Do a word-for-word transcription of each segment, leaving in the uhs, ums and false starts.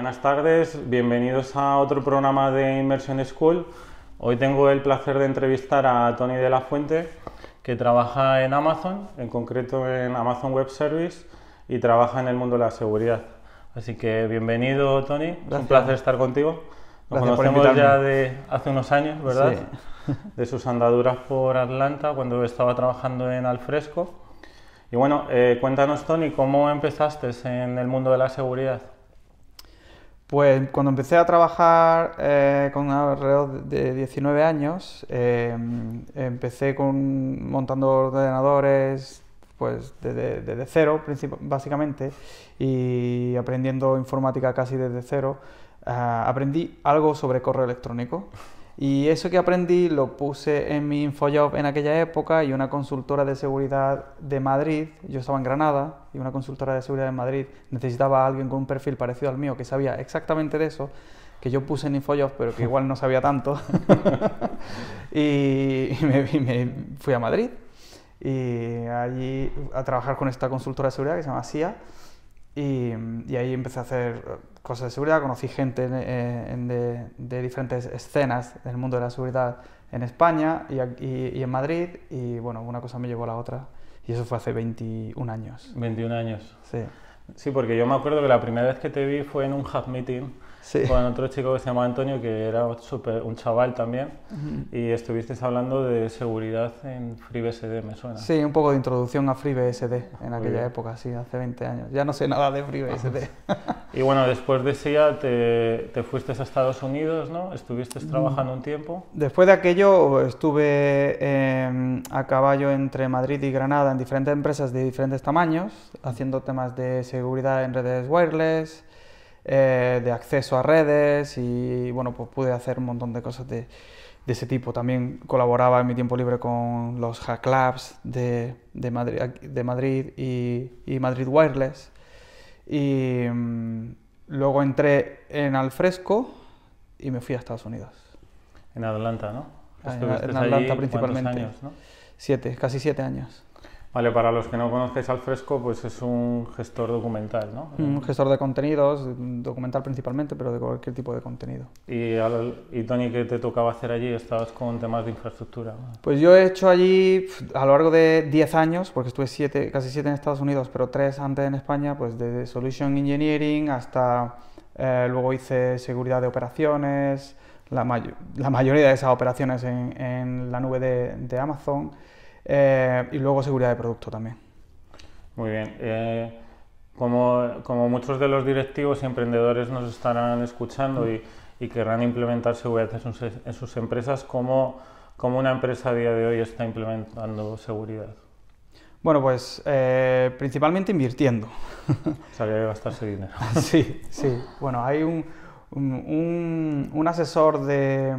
buenas tardes, bienvenidos a otro programa de Immersion School. Hoy tengo el placer de entrevistar a Tony de la Fuente, que trabaja en Amazon, en concreto en Amazon Web Service, y trabaja en el mundo de la seguridad. Así que bienvenido, Tony, Gracias. Es un placer estar contigo. Nos Gracias por conocemos invitarme. ya de hace unos años, ¿verdad? Sí. De sus andaduras por Atlanta, cuando estaba trabajando en Alfresco. Y bueno, eh, cuéntanos, Tony, ¿cómo empezaste en el mundo de la seguridad? Pues cuando empecé a trabajar eh, con alrededor de diecinueve años, eh, empecé con, montando ordenadores pues desde, desde cero, básicamente, y aprendiendo informática casi desde cero. Uh, aprendí algo sobre correo electrónico. Y eso que aprendí lo puse en mi InfoJob en aquella época, y una consultora de seguridad de Madrid, yo estaba en Granada, y una consultora de seguridad de Madrid necesitaba a alguien con un perfil parecido al mío, que sabía exactamente de eso, que yo puse en InfoJob, pero que igual no sabía tanto. y me, me fui a Madrid, y allí a trabajar con esta consultora de seguridad que se llama S I A, y, y ahí empecé a hacer cosas de seguridad, conocí gente en, en de, de diferentes escenas del mundo de la seguridad en España y, y, y en Madrid, y bueno, una cosa me llevó a la otra, y eso fue hace veintiún años. veintiún años. Sí. Sí, porque yo me acuerdo que la primera vez que te vi fue en un hub meeting, sí, con otro chico que se llama Antonio, que era super, un chaval también, uh-huh. Y estuvisteis hablando de seguridad en FreeBSD, me suena. Sí, un poco de introducción a FreeBSD en aquella época, sí, hace veinte años. Ya no sé nada de FreeBSD. Y bueno, después de S I A te, te fuiste a Estados Unidos, ¿no? ¿Estuviste trabajando un tiempo? Después de aquello estuve eh, a caballo entre Madrid y Granada en diferentes empresas de diferentes tamaños, haciendo temas de seguridad en redes wireless, eh, de acceso a redes, y bueno, pues pude hacer un montón de cosas de, de ese tipo. También colaboraba en mi tiempo libre con los Hack Labs de, de Madrid, de Madrid y, y Madrid Wireless. Y um, luego entré en Alfresco y me fui a Estados Unidos. En Atlanta, ¿no? En, en Atlanta principalmente. Años, ¿no? Siete, casi siete años. Vale, para los que no conocéis Alfresco, pues es un gestor documental, ¿no? Un gestor de contenidos, documental principalmente, pero de cualquier tipo de contenido. ¿Y, al, y Tony, qué te tocaba hacer allí? ¿Estabas con temas de infraestructura? Pues yo he hecho allí, a lo largo de diez años, porque estuve siete, casi siete en Estados Unidos, pero tres antes en España, pues desde Solution Engineering hasta, eh, luego hice seguridad de operaciones, la, may la mayoría de esas operaciones en, en la nube de, de Amazon, eh, y luego seguridad de producto también. Muy bien. Eh, como, como muchos de los directivos y emprendedores nos estarán escuchando y, y querrán implementar seguridad en sus, en sus empresas, ¿cómo, ¿cómo una empresa a día de hoy está implementando seguridad? Bueno, pues eh, principalmente invirtiendo. O sea, que hay que gastarse dinero. Sí, sí. Bueno, hay un, un, un, un asesor de,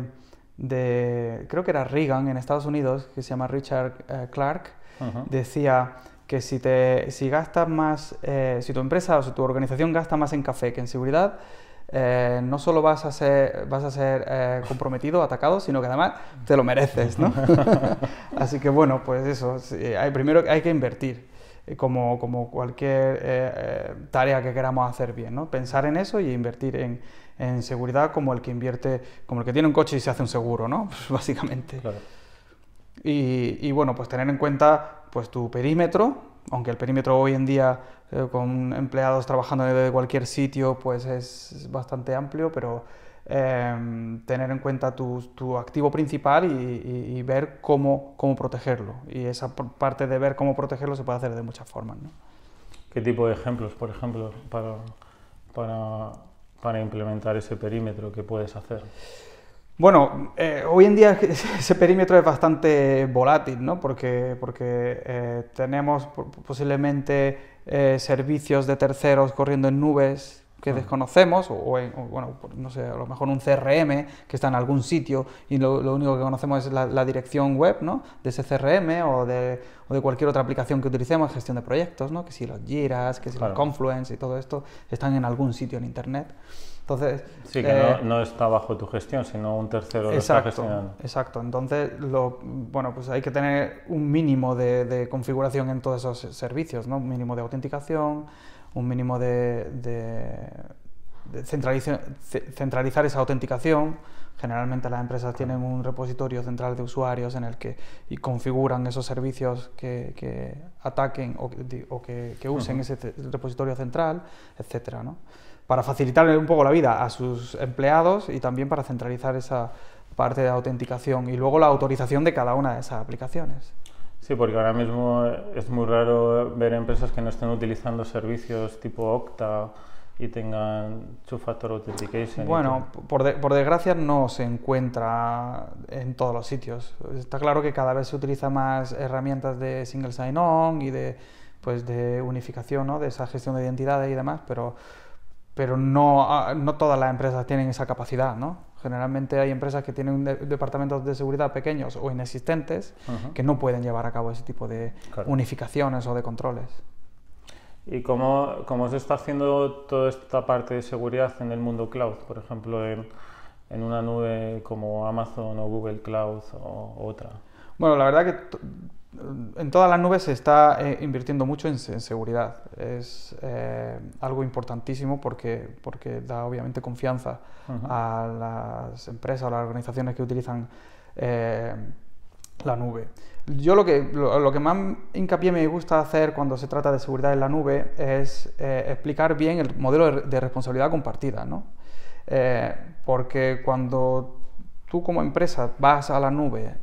de, creo que era Reagan en Estados Unidos, que se llama Richard eh, Clark, uh-huh. Decía que si, te, si gastas más, eh, si tu empresa o si tu organización gasta más en café que en seguridad, eh, no solo vas a ser, vas a ser eh, comprometido, atacado, sino que además te lo mereces, ¿no? Así que bueno, pues eso, sí, hay, primero hay que invertir, como, como cualquier eh, eh, tarea que queramos hacer bien, ¿no? Pensar en eso y invertir en, en seguridad como el que invierte, como el que tiene un coche y se hace un seguro, ¿no? Pues básicamente. Claro. Y, y bueno, pues tener en cuenta pues tu perímetro, aunque el perímetro hoy en día eh, con empleados trabajando desde cualquier sitio pues es bastante amplio, pero eh, tener en cuenta tu, tu activo principal y, y, y ver cómo, cómo protegerlo. Y esa parte de ver cómo protegerlo se puede hacer de muchas formas, ¿no? ¿Qué tipo de ejemplos, por ejemplo, para, para, para implementar ese perímetro que puedes hacer? Bueno, eh, hoy en día ese perímetro es bastante volátil, ¿no? Porque, porque eh, tenemos posiblemente eh, servicios de terceros corriendo en nubes que ah. desconocemos, o, en, o bueno, no sé, a lo mejor un C R M que está en algún sitio y lo, lo único que conocemos es la, la dirección web, ¿no? De ese C R M o de, o de cualquier otra aplicación que utilicemos, gestión de proyectos, ¿no? Que si los Jiras, que si claro. los Confluence y todo esto están en algún sitio en Internet. Entonces, sí, que eh, no, no está bajo tu gestión, sino un tercero lo exacto, está gestionando. Exacto, entonces lo, bueno, pues hay que tener un mínimo de, de configuración en todos esos servicios, ¿no? Un mínimo de autenticación, un mínimo de, de, centralizar esa autenticación. Generalmente las empresas tienen un repositorio central de usuarios en el que y configuran esos servicios que, que ataquen o, o que, que usen uh-huh. ese repositorio central, etcétera, ¿no? Para facilitarle un poco la vida a sus empleados y también para centralizar esa parte de autenticación y luego la autorización de cada una de esas aplicaciones. Sí, porque ahora mismo es muy raro ver empresas que no estén utilizando servicios tipo Okta y tengan two-factor authentication. Bueno, por, de, por desgracia no se encuentra en todos los sitios. Está claro que cada vez se utiliza más herramientas de single sign-on y de, pues, de unificación, ¿no? De esa gestión de identidades y demás, pero, pero no, no todas las empresas tienen esa capacidad, ¿no? Generalmente hay empresas que tienen de, departamentos de seguridad pequeños o inexistentes uh-huh. que no pueden llevar a cabo ese tipo de claro. unificaciones o de controles. ¿Y cómo, cómo se está haciendo toda esta parte de seguridad en el mundo cloud? Por ejemplo, en, en una nube como Amazon o Google Cloud o, o otra. Bueno, la verdad que en todas las nubes se está eh, invirtiendo mucho en, en seguridad. Es eh, algo importantísimo porque, porque da obviamente confianza uh-huh. a las empresas o las organizaciones que utilizan eh, la nube. Yo lo que, lo, lo que más hincapié me gusta hacer cuando se trata de seguridad en la nube es eh, explicar bien el modelo de, de responsabilidad compartida, ¿no? Eh, porque cuando tú como empresa vas a la nube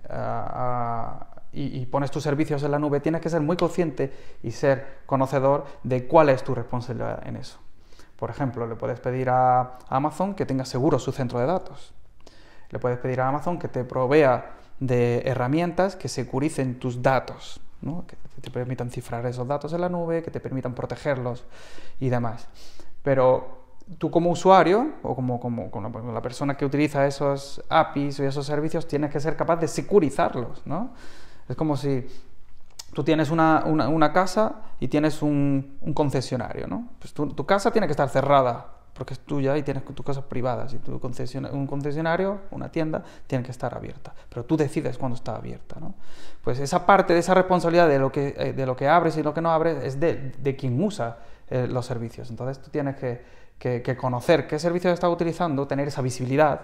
a, a, y, y pones tus servicios en la nube, tienes que ser muy consciente y ser conocedor de cuál es tu responsabilidad en eso. Por ejemplo, le puedes pedir a Amazon que tenga seguro su centro de datos. Le puedes pedir a Amazon que te provea de herramientas que securicen tus datos, ¿no? Que te permitan cifrar esos datos en la nube, que te permitan protegerlos y demás. Pero tú como usuario o como, como, como la persona que utiliza esos A P Is o esos servicios tienes que ser capaz de securizarlos, ¿no? Es como si tú tienes una, una, una casa y tienes un, un concesionario, ¿no? Pues tu, tu casa tiene que estar cerrada porque es tuya y tienes tus cosas privadas, y tu concesiona, un concesionario, una tienda, tiene que estar abierta, pero tú decides cuándo está abierta, ¿no? Pues esa parte de esa responsabilidad de lo que, de lo que abres y lo que no abres es de, de quien usa eh, los servicios. Entonces tú tienes que, que, que conocer qué servicios estás utilizando, tener esa visibilidad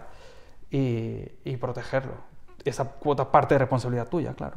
y, y protegerlo. Esa cuota parte de responsabilidad tuya, claro.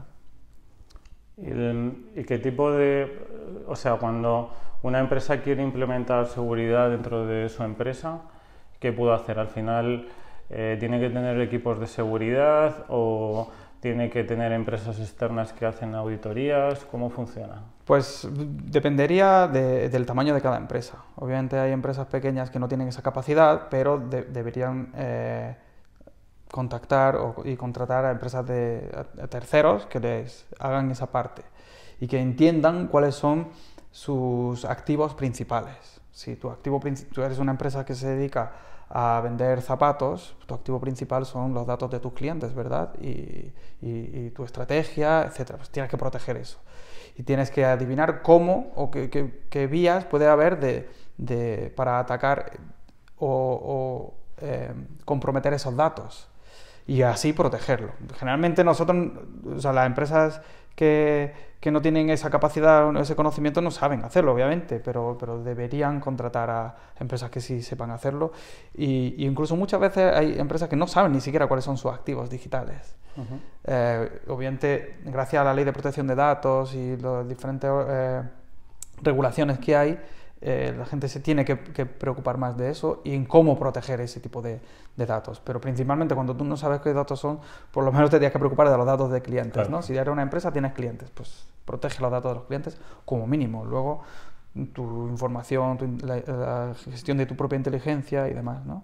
¿Y, ¿Y qué tipo de...? O sea, cuando una empresa quiere implementar seguridad dentro de su empresa, ¿qué puede hacer? Al final, eh, ¿tiene que tener equipos de seguridad o tiene que tener empresas externas que hacen auditorías? ¿Cómo funciona? Pues dependería de, del tamaño de cada empresa. Obviamente hay empresas pequeñas que no tienen esa capacidad, pero de, deberían... Eh, contactar o, y contratar a empresas de a, a terceros que les hagan esa parte y que entiendan cuáles son sus activos principales. Si tu activo tú eres una empresa que se dedica a vender zapatos, tu activo principal son los datos de tus clientes, ¿verdad? Y, y, y tu estrategia, etcétera. Pues tienes que proteger eso. Y tienes que adivinar cómo o qué, qué, qué vías puede haber de, de, para atacar o, o eh, comprometer esos datos. Y así protegerlo. Generalmente nosotros, o sea, las empresas que, que no tienen esa capacidad o ese conocimiento no saben hacerlo, obviamente, pero, pero deberían contratar a empresas que sí sepan hacerlo. Y, y incluso muchas veces hay empresas que no saben ni siquiera cuáles son sus activos digitales. Uh-huh. eh, obviamente, gracias a la ley de protección de datos y las diferentes eh, regulaciones que hay, Eh, la gente se tiene que, que preocupar más de eso y en cómo proteger ese tipo de, de datos. Pero principalmente cuando tú no sabes qué datos son, por lo menos te tienes que preocupar de los datos de clientes, claro. ¿no? Si eres una empresa, tienes clientes, pues protege los datos de los clientes como mínimo. Luego tu información, tu, la, la gestión de tu propia inteligencia y demás, ¿no?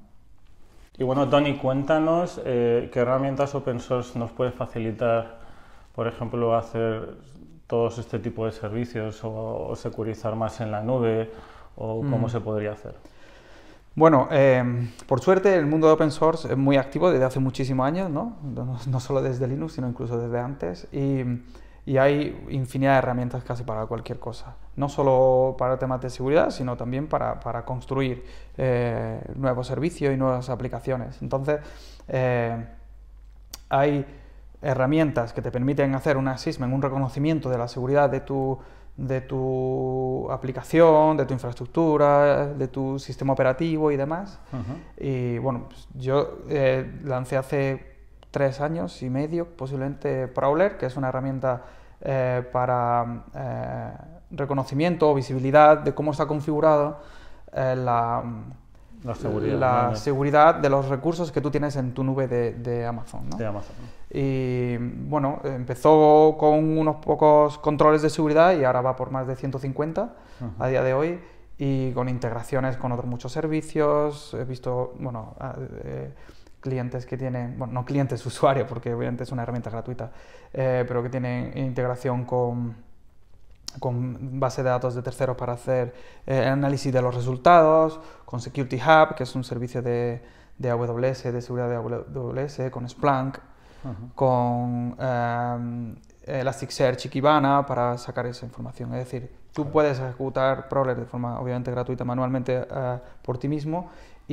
Y bueno, Tony, cuéntanos eh, qué herramientas open source nos puede facilitar, por ejemplo, hacer todos este tipo de servicios o, o securizar más en la nube, o cómo mm. se podría hacer. Bueno, eh, por suerte el mundo de open source es muy activo desde hace muchísimos años, ¿no? No, no solo desde Linux, sino incluso desde antes, y, y hay infinidad de herramientas casi para cualquier cosa. No solo para temas de seguridad, sino también para, para construir eh, nuevos servicios y nuevas aplicaciones. Entonces, eh, hay herramientas que te permiten hacer un assessment, un reconocimiento de la seguridad de tu, de tu aplicación, de tu infraestructura, de tu sistema operativo y demás. Uh-huh. Y bueno, pues yo eh, lancé hace tres años y medio posiblemente Prowler, que es una herramienta eh, para eh, reconocimiento o visibilidad de cómo está configurado eh, la, la, seguridad, la ¿no? seguridad de los recursos que tú tienes en tu nube de, de Amazon, ¿no? De Amazon. Y bueno, empezó con unos pocos controles de seguridad y ahora va por más de ciento cincuenta uh-huh. a día de hoy, y con integraciones con otros muchos servicios. He visto, bueno, eh, clientes que tienen, bueno, no clientes, usuarios, porque obviamente es una herramienta gratuita, eh, pero que tienen integración con, con base de datos de terceros para hacer eh, análisis de los resultados, con Security Hub, que es un servicio de, de A W S, de seguridad de A W S, con Splunk, uh-huh. con eh, Elasticsearch y Kibana para sacar esa información. Es decir, tú puedes ejecutar Prowler de forma obviamente gratuita manualmente uh, por ti mismo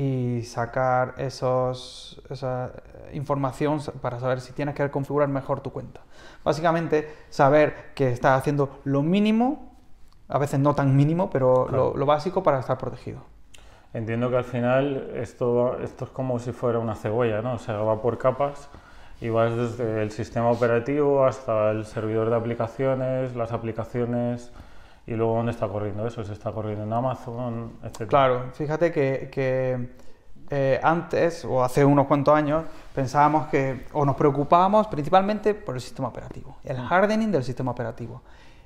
y sacar esos, esa información para saber si tienes que configurar mejor tu cuenta. Básicamente, saber que estás haciendo lo mínimo, a veces no tan mínimo, pero claro. lo, lo básico para estar protegido. Entiendo que al final esto, esto es como si fuera una cebolla, ¿no? O sea, va por capas y vas desde el sistema operativo hasta el servidor de aplicaciones, las aplicaciones. ¿Y luego dónde está corriendo eso? ¿Se está corriendo en Amazon, etcétera? Claro, fíjate que, que eh, antes, o hace unos cuantos años, pensábamos que, o nos preocupábamos principalmente por el sistema operativo, el hardening del sistema operativo.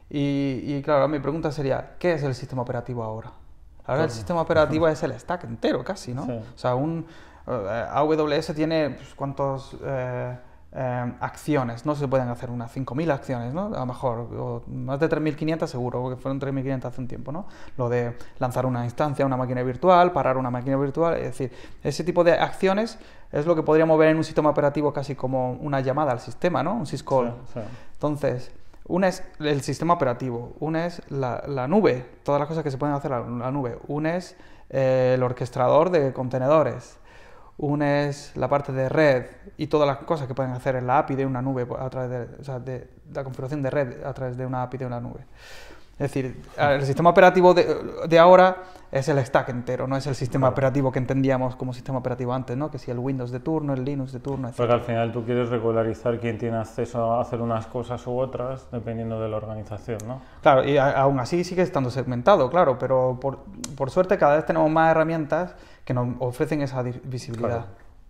Y, y claro, mi pregunta sería, ¿qué es el sistema operativo ahora? Ahora claro. el sistema operativo es el stack entero casi, ¿no? Sí. O sea, un, uh, A W S tiene, pues, ¿cuántos...? Eh, Eh, acciones, no se pueden hacer unas cinco mil acciones, ¿no? A lo mejor, o más de tres mil quinientas seguro, porque fueron tres mil quinientas hace un tiempo, ¿no? Lo de lanzar una instancia, una máquina virtual, parar una máquina virtual, es decir, ese tipo de acciones es lo que podríamos ver en un sistema operativo casi como una llamada al sistema, ¿no? Un syscall. Sí, sí. Entonces, una es el sistema operativo, una es la, la nube, todas las cosas que se pueden hacer en la nube, una es eh, el orquestador de contenedores, una es la parte de red y todas las cosas que pueden hacer en la A P I de una nube a través de, o sea, de la configuración de red a través de una A P I de una nube. Es decir, el sistema operativo de, de ahora es el stack entero, no es el sistema claro. operativo que entendíamos como sistema operativo antes, ¿no? Que si el Windows de turno, el Linux de turno, etcétera. Porque al final tú quieres regularizar quién tiene acceso a hacer unas cosas u otras dependiendo de la organización, ¿no? Claro, y a, aún así sigue estando segmentado, claro, pero por, por suerte cada vez tenemos más herramientas que nos ofrecen esa visibilidad. Claro.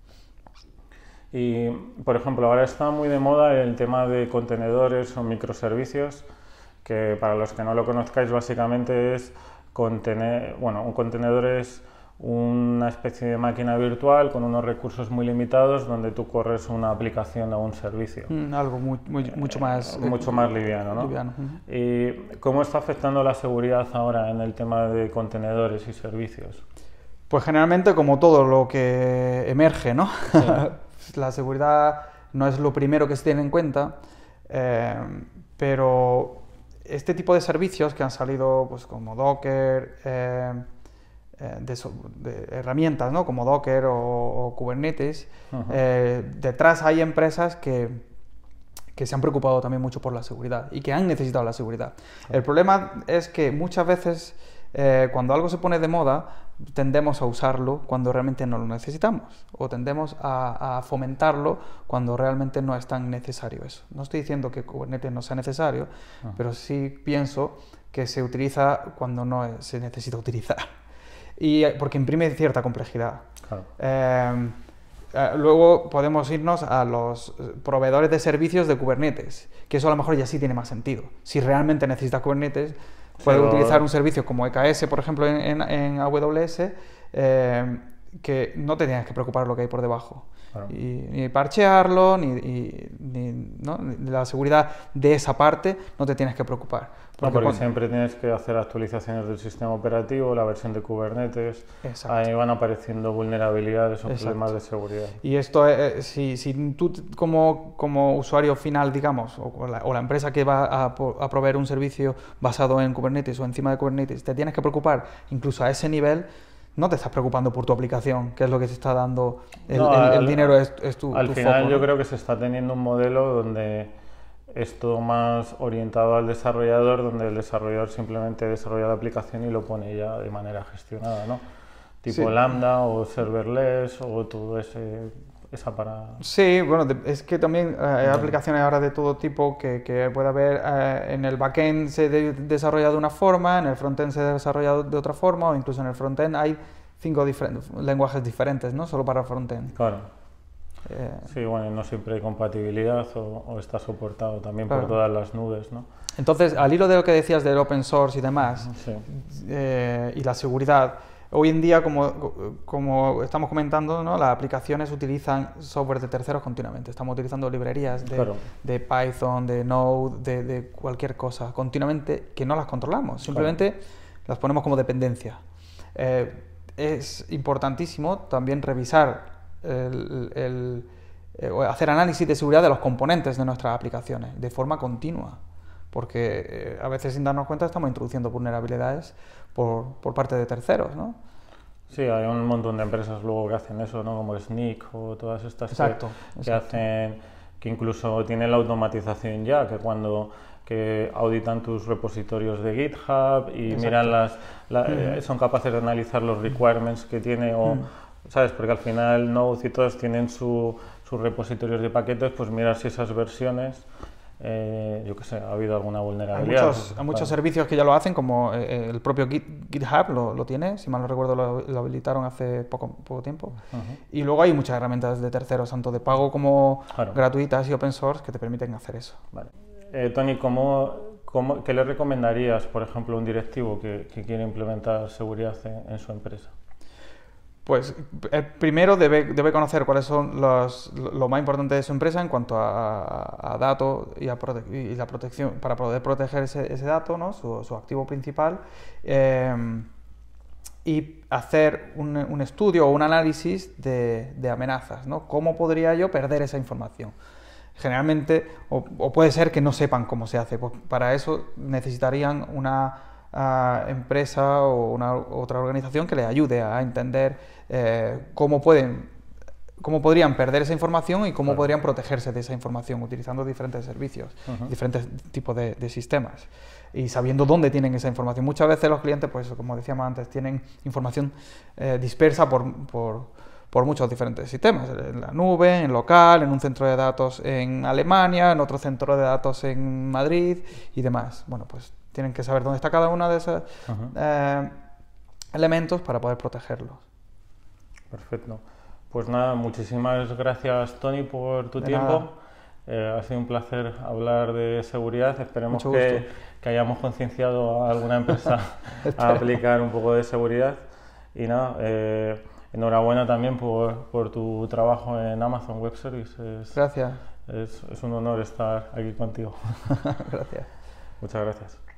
Y, por ejemplo, ahora está muy de moda el tema de contenedores o microservicios, que para los que no lo conozcáis básicamente es contener, bueno, un contenedor es una especie de máquina virtual con unos recursos muy limitados donde tú corres una aplicación o un servicio. Mm, algo muy, muy, mucho más... Eh, mucho más liviano, ¿no? Liviano. Uh-huh. ¿Y cómo está afectando la seguridad ahora en el tema de contenedores y servicios? Pues generalmente como todo lo que emerge, ¿no? Sí. La seguridad no es lo primero que se tiene en cuenta, eh, pero este tipo de servicios que han salido pues, como Docker, eh, eh, de, so, de herramientas, ¿no? Como Docker o, o Kubernetes, uh-huh. eh, detrás hay empresas que, que se han preocupado también mucho por la seguridad y que han necesitado la seguridad. Uh-huh. El problema es que muchas veces eh, cuando algo se pone de moda, tendemos a usarlo cuando realmente no lo necesitamos o tendemos a, a fomentarlo cuando realmente no es tan necesario eso. No estoy diciendo que Kubernetes no sea necesario, uh-huh. pero sí pienso que se utiliza cuando no es, se necesita utilizar. Y porque imprime cierta complejidad. Claro. Eh, eh, luego podemos irnos a los proveedores de servicios de Kubernetes, que eso a lo mejor ya sí tiene más sentido. Si realmente necesitas Kubernetes, puedes Pero... utilizar un servicio como E K S, por ejemplo, en, en, en A W S, eh, que no te tienes que preocupar lo que hay por debajo. Claro. Y, ni parchearlo, ni, y, ni, ¿no? ni la seguridad de esa parte, no te tienes que preocupar. Porque, no, porque cuando... siempre tienes que hacer actualizaciones del sistema operativo, la versión de Kubernetes, Exacto. ahí van apareciendo vulnerabilidades o Exacto. problemas de seguridad. Y esto, eh, si, si tú como, como usuario final, digamos, o la, o la empresa que va a, a proveer un servicio basado en Kubernetes o encima de Kubernetes, te tienes que preocupar incluso a ese nivel, no te estás preocupando por tu aplicación, que es lo que te está dando el, no, el, el al, dinero, es, es tu Al tu final foco, yo ¿no? creo que se está teniendo un modelo donde es todo más orientado al desarrollador, donde el desarrollador simplemente desarrolla la aplicación y lo pone ya de manera gestionada, ¿no? Tipo sí. Lambda o serverless o todo ese... esa para... Sí, bueno, es que también eh, hay aplicaciones ahora de todo tipo que, que puede haber eh, en el backend se de, desarrolla de una forma, en el frontend se desarrolla de otra forma, o incluso en el frontend hay cinco lenguajes diferentes, ¿no? Solo para frontend. Claro. Eh, sí, bueno, no siempre hay compatibilidad o, o está soportado también claro. por todas las nubes, ¿no? Entonces, al hilo de lo que decías del open source y demás, sí. eh, y la seguridad, hoy en día, como, como estamos comentando, ¿no? Las aplicaciones utilizan software de terceros continuamente. Estamos utilizando librerías de, claro. de Python, de Node, de, de cualquier cosa, continuamente, que no las controlamos. Simplemente claro. las ponemos como dependencia. Eh, es importantísimo también revisar, el, el, el, hacer análisis de seguridad de los componentes de nuestras aplicaciones de forma continua. Porque eh, a veces sin darnos cuenta estamos introduciendo vulnerabilidades por, por parte de terceros, ¿no? Sí, hay un montón de empresas luego que hacen eso, ¿no? Como Snyk o todas estas exacto, que, exacto. que hacen, que incluso tienen la automatización ya, que cuando que auditan tus repositorios de GitHub y exacto. miran las, la, mm. eh, son capaces de analizar los requirements que tiene o, mm. ¿sabes? Porque al final Node y todos tienen su, sus repositorios de paquetes, pues mirar si esas versiones Eh, yo qué sé, ha habido alguna vulnerabilidad. Hay muchos, hay muchos servicios que ya lo hacen, como eh, el propio Git, GitHub lo, lo tiene, si mal no recuerdo lo, lo habilitaron hace poco, poco tiempo. Uh-huh. Y luego hay muchas herramientas de terceros, tanto de pago como claro. gratuitas y open source, que te permiten hacer eso. Vale. Eh, Tony, ¿cómo, cómo, ¿qué le recomendarías, por ejemplo, a un directivo que, que quiere implementar seguridad en, en su empresa? Pues el primero debe, debe conocer cuáles son los, lo más importante de su empresa en cuanto a, a, a datos y, a prote y la protección, para poder proteger ese, ese dato, ¿no? su, su activo principal, eh, y hacer un, un estudio o un análisis de, de amenazas, ¿no? ¿Cómo podría yo perder esa información? Generalmente, o, o puede ser que no sepan cómo se hace, pues para eso necesitarían una Uh, empresa o una otra organización que les ayude a entender eh, cómo pueden cómo podrían perder esa información y cómo claro. podrían protegerse de esa información utilizando diferentes servicios, uh-huh. diferentes tipos de, de sistemas y sabiendo dónde tienen esa información. Muchas veces los clientes, pues como decíamos antes, tienen información eh, dispersa por, por, por muchos diferentes sistemas, en la nube, en local, en un centro de datos en Alemania, en otro centro de datos en Madrid y demás. Bueno, pues tienen que saber dónde está cada uno de esos uh-huh. eh, elementos para poder protegerlos. Perfecto. Pues nada, muchísimas gracias, Tony, por tu de tiempo. Eh, ha sido un placer hablar de seguridad. Esperemos que, que hayamos concienciado a alguna empresa a aplicar un poco de seguridad. Y nada, eh, enhorabuena también por, por tu trabajo en Amazon Web Services. Gracias. Es, es un honor estar aquí contigo. Gracias. Muchas gracias.